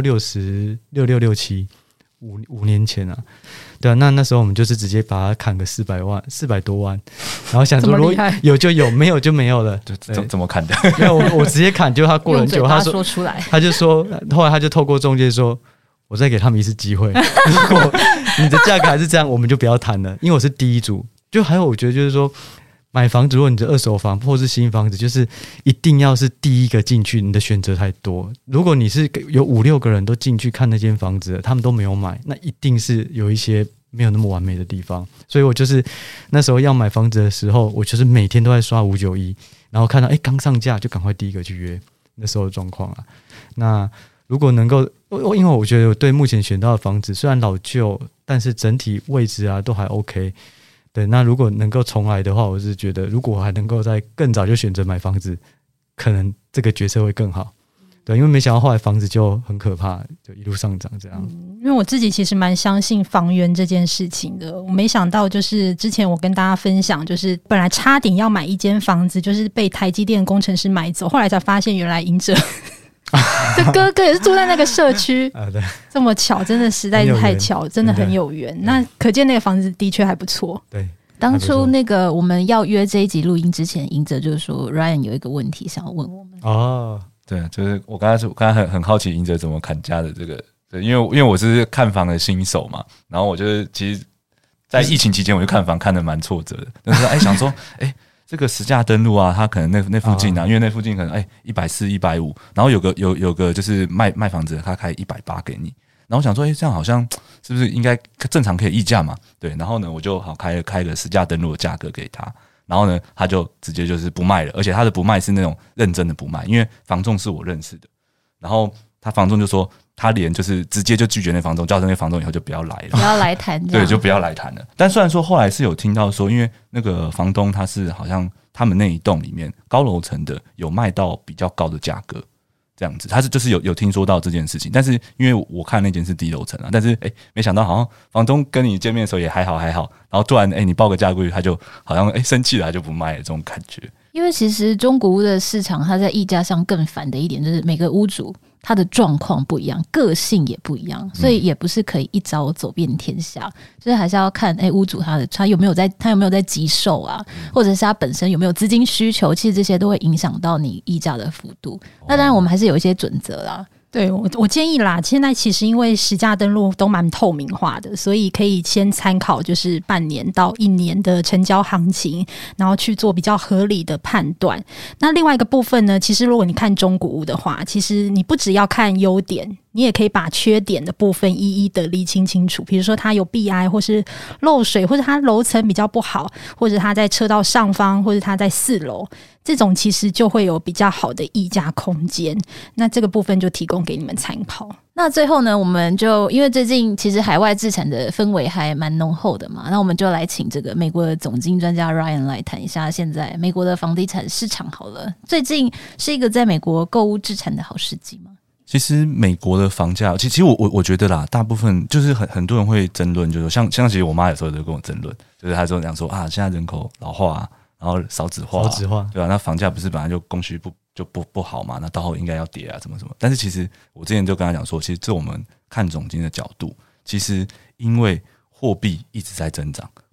66、67，5年前啊，对啊，那时候我们就是直接把它砍个400多万，然后想说如果有就有，没有就没有了。 怎么砍的？ 没有，我直接砍，就他过了很久，他说出来， 他就说，后来他就透过中介说，我再给他们一次机会，如果你的价格还是这样，我们就不要谈了，因为我是第一组。就还有我觉得就是说，买房子，如果你的二手房或是新房子，就是一定要是第一个进去，你的选择太多。如果你是有5-6个人都进去看那间房子，他们都没有买，那一定是有一些没有那么完美的地方。所以我就是那时候要买房子的时候，我就是每天都在刷591，然后看到刚上架就赶快第一个去约，那时候的状况啊。那如果能够，因为我觉得我对目前选到的房子虽然老旧，但是整体位置啊都还 OK。对，那如果能够重来的话，我是觉得如果我还能够在更早就选择买房子，可能这个决策会更好。对，因为没想到后来房子就很可怕，就一路上涨这样。 因为我自己其实蛮相信房源这件事情的，我没想到就是之前我跟大家分享，就是本来差点要买一间房子，就是被台积电工程师买走，后来才发现原来赢者这哥哥也是住在那个社区对， 这么巧，真的实在是太巧，真的很有缘。那可见那个房子的确还不错。 对， 当初那个我们要约这一集录音之前，赢者就是说 Ryan 有一个问题想要问我们。 哦， 对，就是我刚才很好奇赢者怎么砍价的这个，对，因为我是看房的新手嘛，然后我就是其实，在疫情期间我就看房看得蛮挫折的，就是想说这个实价登录啊，它可能那附近啊，因为那附近可能140、150，然后有个就是卖房子的，他开180给你，然后我想说这样好像是不是应该正常可以议价嘛？对，然后呢我就好开个实价登录的价格给他，然后呢他就直接就是不卖了，而且他的不卖是那种认真的不卖，因为房仲是我认识的，然后他房仲就说他连就是直接就拒绝那房仲，叫那房仲以后就不要来了， 不要来谈， 对，就不要来谈了。但虽然说后来是有听到说，因为那个房东他是好像他们那一栋里面高楼层的有卖到比较高的价格，这样子，他是就是有听说到这件事情。但是因为我看那间是低楼层啊，但是没想到好像房东跟你见面的时候也还好，然后突然你报个价过去，他就好像生气了，他就不卖了，这种感觉。 因为其实中古屋的市场，它在议价上更烦的一点就是每个屋主他的状况不一样，个性也不一样，所以也不是可以一招走遍天下，就是还是要看屋主他有没有在急售啊，或者是他本身有没有资金需求，其实这些都会影响到你议价的幅度。那当然我们还是有一些准则啦。 对，我建议啦，现在其实因为实价登录都蛮透明化的，所以可以先参考就是半年到1年的成交行情，然后去做比较合理的判断。那另外一个部分呢，其实如果你看中古屋的话，其实你不只要看优点，你也可以把缺点的部分一一的厘清清楚，比如说它有壁癌，或是漏水，或者它楼层比较不好，或者它在车道上方，或者它在4楼，这种其实就会有比较好的议价空间。那这个部分就提供给你们参考。 那最后呢，我们就因为最近其实海外置产的氛围还蛮浓厚的嘛，那我们就来请这个美国的总经专家 Ryan 来谈一下现在美国的房地产市场好了。最近是一个在美国购屋置产的好时机吗？ 其实美国的房价，其实我觉得啦，大部分就是很多人会争论，就是像其实我妈有时候就跟我争论，就是她说讲说现在人口老化啊，然后少子化，对吧？那房价不是本来就供需不好嘛，那到后应该要跌啊，什么什么。但是其实我之前就跟她讲说，其实这我们看总经的角度，其实因为货币一直在增长，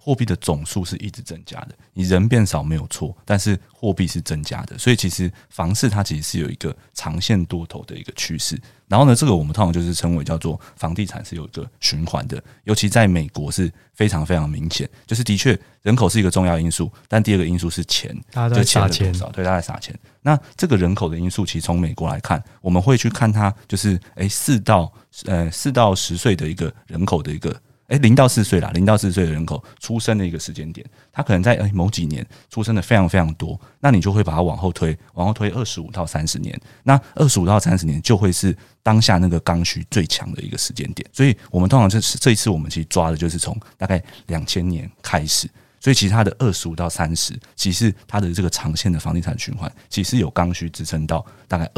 货币的总数是一直增加的，你人变少没有错，但是货币是增加的，所以其实房市它其实是有一个长线多头的一个趋势。然后呢，这个我们通常就是称为叫做房地产是有一个循环的，尤其在美国是非常非常明显，就是的确人口是一个重要因素，但第二个因素是钱， 大家在撒钱， 对，大家在撒钱。那这个人口的因素，其实从美国来看，我们会去看它就是4到10岁的一个人口的一个。0到4岁啦，0到4岁的人口出生的一个时间点，他可能在某几年出生的非常非常多，那你就会把它往后推25到30年，那25到30年就会是当下那个刚需最强的一个时间点。所以我们通常这一次我们其实抓的就是从大概2000年开始，所以其实它的25到30，其实它的这个长线的房地产循环，其实有刚需支撑到大概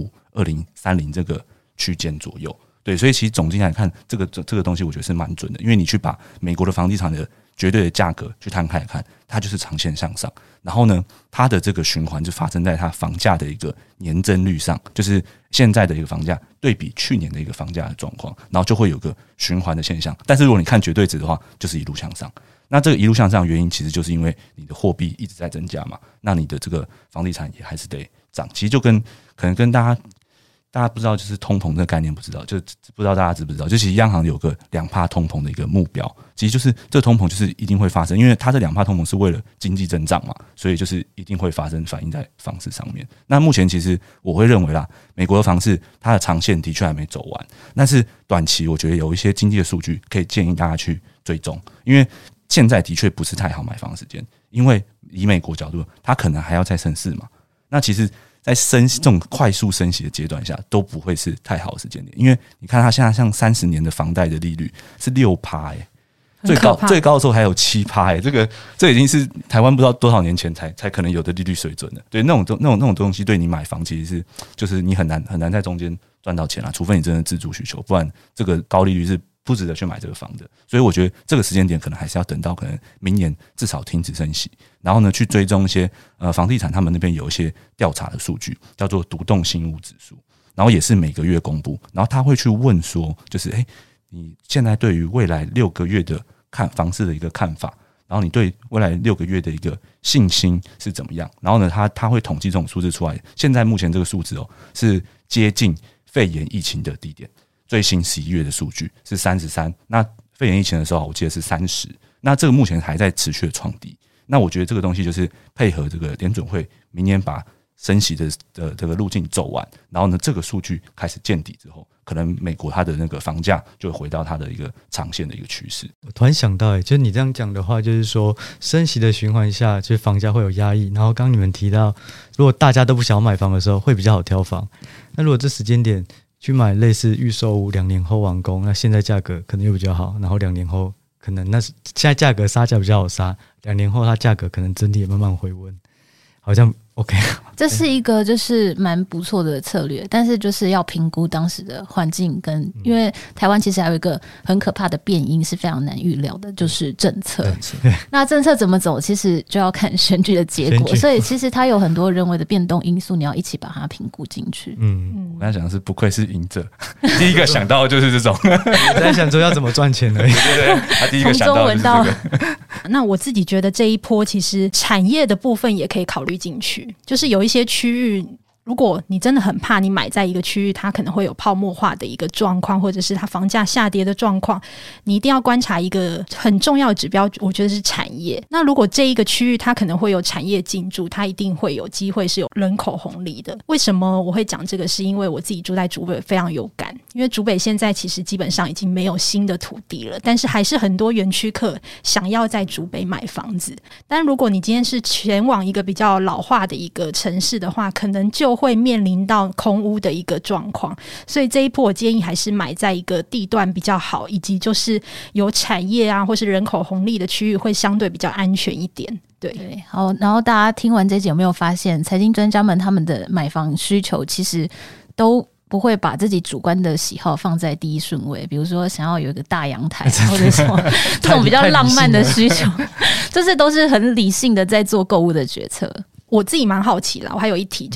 2025、2030这个区间左右。对，所以其实总经来看，这个东西我觉得是蛮准的，因为你去把美国的房地产的绝对的价格去摊开来看，它就是长线向上。然后呢，它的这个循环就发生在它房价的一个年增率上，就是现在的一个房价对比去年的一个房价的状况，然后就会有个循环的现象。但是如果你看绝对值的话，就是一路向上。那这个一路向上的原因，其实就是因为你的货币一直在增加嘛，那你的这个房地产也还是得涨。其实就可能跟大家不知道，就是通膨这个概念不知道，就不知道大家知不知道，就其实央行有个2%通膨的一个目标，其实就是这个通膨就是一定会发生，因为它这2%通膨是为了经济增长嘛，所以就是一定会发生，反映在房市上面。那目前其实我会认为啦，美国的房市它的长线的确还没走完，但是短期我觉得有一些经济的数据可以建议大家去追踪，因为现在的确不是太好买房的时间，因为以美国角度，它可能还要再升4嘛，那其实在这种快速升息的阶段下，都不会是太好的时间点，因为你看它现在像30年的房贷的利率是6%，最高的时候还有7%，这已经是台湾不知道多少年前才可能有的利率水准了。对，那种东西对你买房其实是就是你很难在中间赚到钱啦，除非你真的自住需求，不然这个高利率是不值得去买这个房的。所以我觉得这个时间点可能还是要等到可能明年至少停止升息，然后呢去追踪一些房地产他们那边有一些调查的数据，叫做独栋新屋指数，然后也是每个月公布，然后他会去问说，就是你现在对于未来6个月的房市的一个看法，然后你对未来6个月的一个信心是怎么样？然后呢，他会统计这种数字出来。现在目前这个数字是接近肺炎疫情的低点，最新11月的数据是33，那肺炎疫情的时候我记得是30，那这个目前还在持续的创低。那我觉得这个东西就是配合这个联准会明年把升息的这个路径走完，然后呢，这个数据开始见底之后，可能美国它的那个房价就会回到它的一个长线的一个趋势。 我突然想到，就是你这样讲的话，就是说升息的循环下，就是房价会有压抑。然后刚刚你们提到，如果大家都不想要买房的时候，会比较好挑房。那如果这时间点去买类似预售屋，2年后完工，那现在价格可能又比较好，然后2年后可能现在价格杀价比较好杀，2年后它价格可能整体也慢慢回温，好像 OK。 这是一个就是蛮不错的策略，但是就是要评估当时的环境跟，因为台湾其实还有一个很可怕的变因是非常难预料的，就是政策。那政策怎么走，其实就要看选举的结果，所以其实它有很多人为的变动因素，你要一起把它评估进去。 我刚才讲的是不愧是赢者，第一个想到的就是这种， 我在想说要怎么赚钱而已。 对，他第一个想到的就是这个。 那我自己觉得这一波其实产业的部分也可以考虑进去，就是有一些区域，如果你真的很怕你买在一个区域它可能会有泡沫化的一个状况，或者是它房价下跌的状况，你一定要观察一个很重要的指标，我觉得是产业。那如果这一个区域它可能会有产业进驻，它一定会有机会是有人口红利的。为什么我会讲这个，是因为我自己住在竹北非常有感，因为竹北现在其实基本上已经没有新的土地了，但是还是很多园区客想要在竹北买房子。但如果你今天是前往一个比较老化的一个城市的话，可能就会面临到空屋的一个状况，所以这一波我建议还是买在一个地段比较好，以及就是有产业啊或是人口红利的区域，会相对比较安全一点。对， 好，然后大家听完这集有没有发现，财经专家们他们的买房需求其实都不会把自己主观的喜好放在第一顺位，比如说想要有一个大阳台或者什么这种比较浪漫的需求，就是都是很理性的在做购物的决策。 我自己蛮好奇啦，我还有一题，就是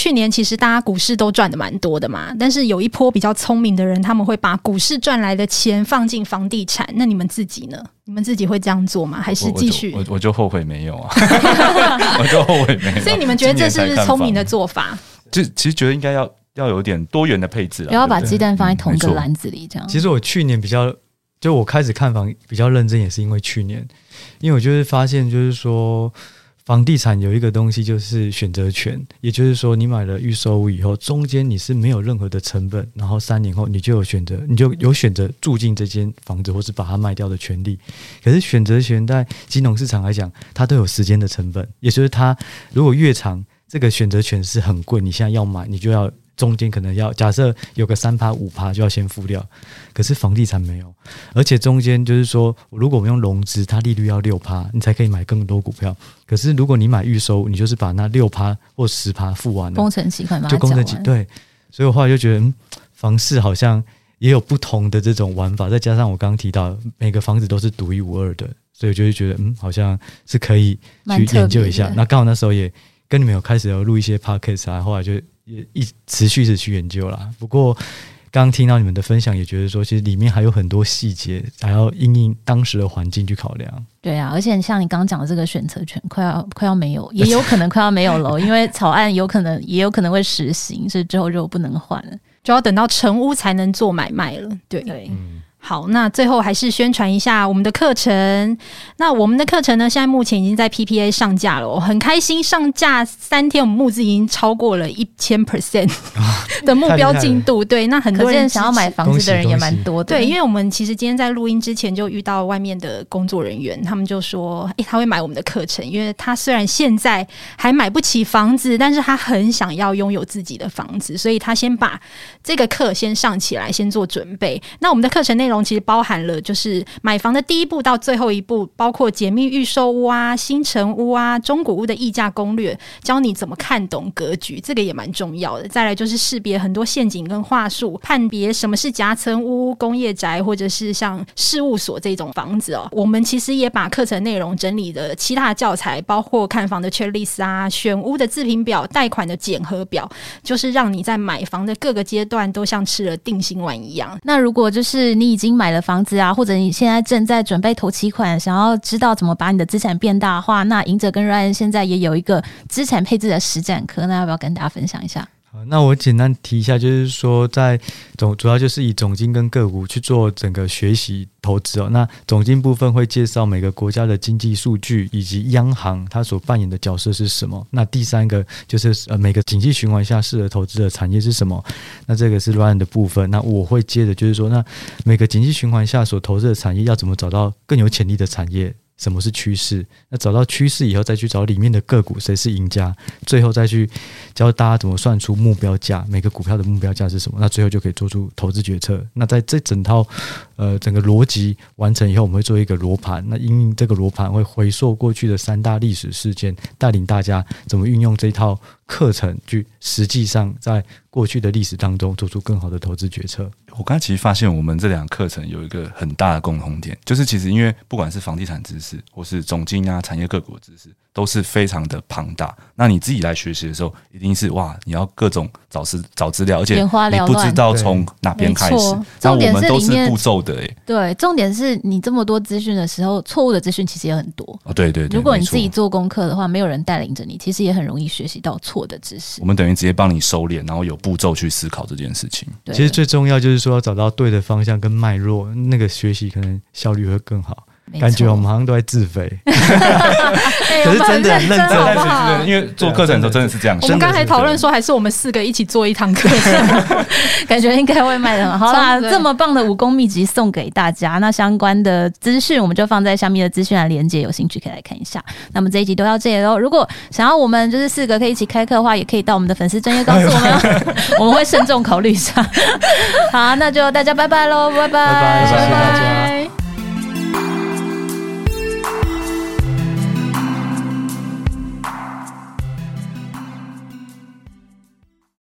去年其实大家股市都赚的蛮多的嘛，但是有一波比较聪明的人，他们会把股市赚来的钱放进房地产。那你们自己呢？你们自己会这样做吗？还是继续？ 我就后悔没有啊，我就后悔没有。 所以你们觉得这是不是聪明的做法？ 就其实觉得应该要有点多元的配置， 不要把鸡蛋放在同一个篮子里这样。 其实我去年就我开始看房比较认真，也是因为去年，因为我就是发现就是说。房地产有一个东西就是选择权，也就是说你买了预售屋以后，中间你是没有任何的成本，然后3年后你就有选择住进这间房子或是把它卖掉的权利。可是选择权在金融市场来讲，它都有时间的成本，也就是它如果越长，这个选择权是很贵，你现在要买你就要中间可能要假设有个 3% 5% 就要先付掉，可是房地产没有，而且中间就是说如果我们用融资，它利率要 6%， 你才可以买更多股票。可是如果你买预收，你就是把那 6% 或 10% 付完了， 工程期款就工程期，对。所以我后来就觉得房市好像也有不同的这种玩法，再加上我刚刚提到每个房子都是独一无二的，所以我就会觉得好像是可以去研究一下。那刚好那时候也跟你们有开始有录一些 podcast 啊，后来就也持续去研究啦。不过刚刚听到你们的分享，也觉得说其实里面还有很多细节，还要因应当时的环境去考量。 对啊，而且像你刚刚讲的这个选择权快要没有，也有可能快要没有了，因为草案也有可能会实行，所以之后就不能换了， 就要等到成屋才能做买卖了。对。好，那最后还是宣传一下我们的课程。那我们的课程呢，现在目前已经在 PPA 上架了，很开心，上架3天，我们募资已经超过了1000% 的目标进度。对，那很多人想要买房子的人也蛮多的。 对，因为我们其实今天在录音之前就遇到外面的工作人员，他们就说，他会买我们的课程，因为他虽然现在还买不起房子，但是他很想要拥有自己的房子，所以他先把这个课先上起来，先做准备。那我们的课程内容其实包含了就是买房的第一步到最后一步，包括解密预售屋啊、新成屋啊、中古屋的议价攻略，教你怎么看懂格局，这个也蛮重要的。再来就是识别很多陷阱跟话术，判别什么是夹层屋、工业宅或者是像事务所这种房子哦。我们其实也把课程内容整理的其他教材，包括看房的 checklist 啊、选屋的自评表、贷款的检核表，就是让你在买房的各个阶段都像吃了定心丸一样。 那如果就是你已经买了房子啊，或者你现在正在准备头期款，想要知道怎么把你的资产变大化，那赢者跟Ryan现在也有一个资产配置的实战课，那要不要跟大家分享一下？ 那我简单提一下，就是说在主要就是以总经跟个股去做整个学习投资哦。那总经部分会介绍每个国家的经济数据以及央行它所扮演的角色是什么。那第三个就是每个景气循环下适合投资的产业是什么。那这个是 Ryan 的部分。那我会接的就是说，那每个景气循环下所投资的产业要怎么找到更有潜力的产业。什么是趋势？那找到趋势以后，再去找里面的个股谁是赢家，最后再去教大家怎么算出目标价，每个股票的目标价是什么，那最后就可以做出投资决策。那在这整套整个逻辑完成以后，我们会做一个罗盘。那因应这个罗盘会回溯过去的3大历史事件，带领大家怎么运用这套课程去实际上在过去的历史当中做出更好的投资决策。 我刚才其实发现我们这2个课程有一个很大的共同点，就是其实因为不管是房地产知识或是总经啊、产业个股的知识都是非常的庞大，那你自己来学习的时候一定是哇，你要各种找资料，而且你不知道从哪边开始。那我们都是步骤的对，重点是你这么多资讯的时候，错误的资讯其实也很多。 对对对， 如果你自己做功课的话，没有人带领着你，其实也很容易学习到错的知识。 我们等于直接帮你收敛，然后有步骤去思考这件事情。 其实最重要就是说要找到对的方向跟脉络，那个学习可能效率会更好。感觉我们好像都在自肥，可是真的很认真， 因为做课程的时候真的是这样。 我们刚才讨论说，还是我们4个一起做一堂课程， 感觉应该会卖得很好。好啦，这么棒的武功秘籍送给大家，那相关的资讯我们就放在下面的资讯栏连结，有兴趣可以来看一下。那么这一集都到这里喽。如果想要我们就是4个可以一起开课的话，也可以到我们的粉丝专页告诉我们，我们会慎重考虑一下。好，那就大家拜拜喽，拜拜， 谢谢大家。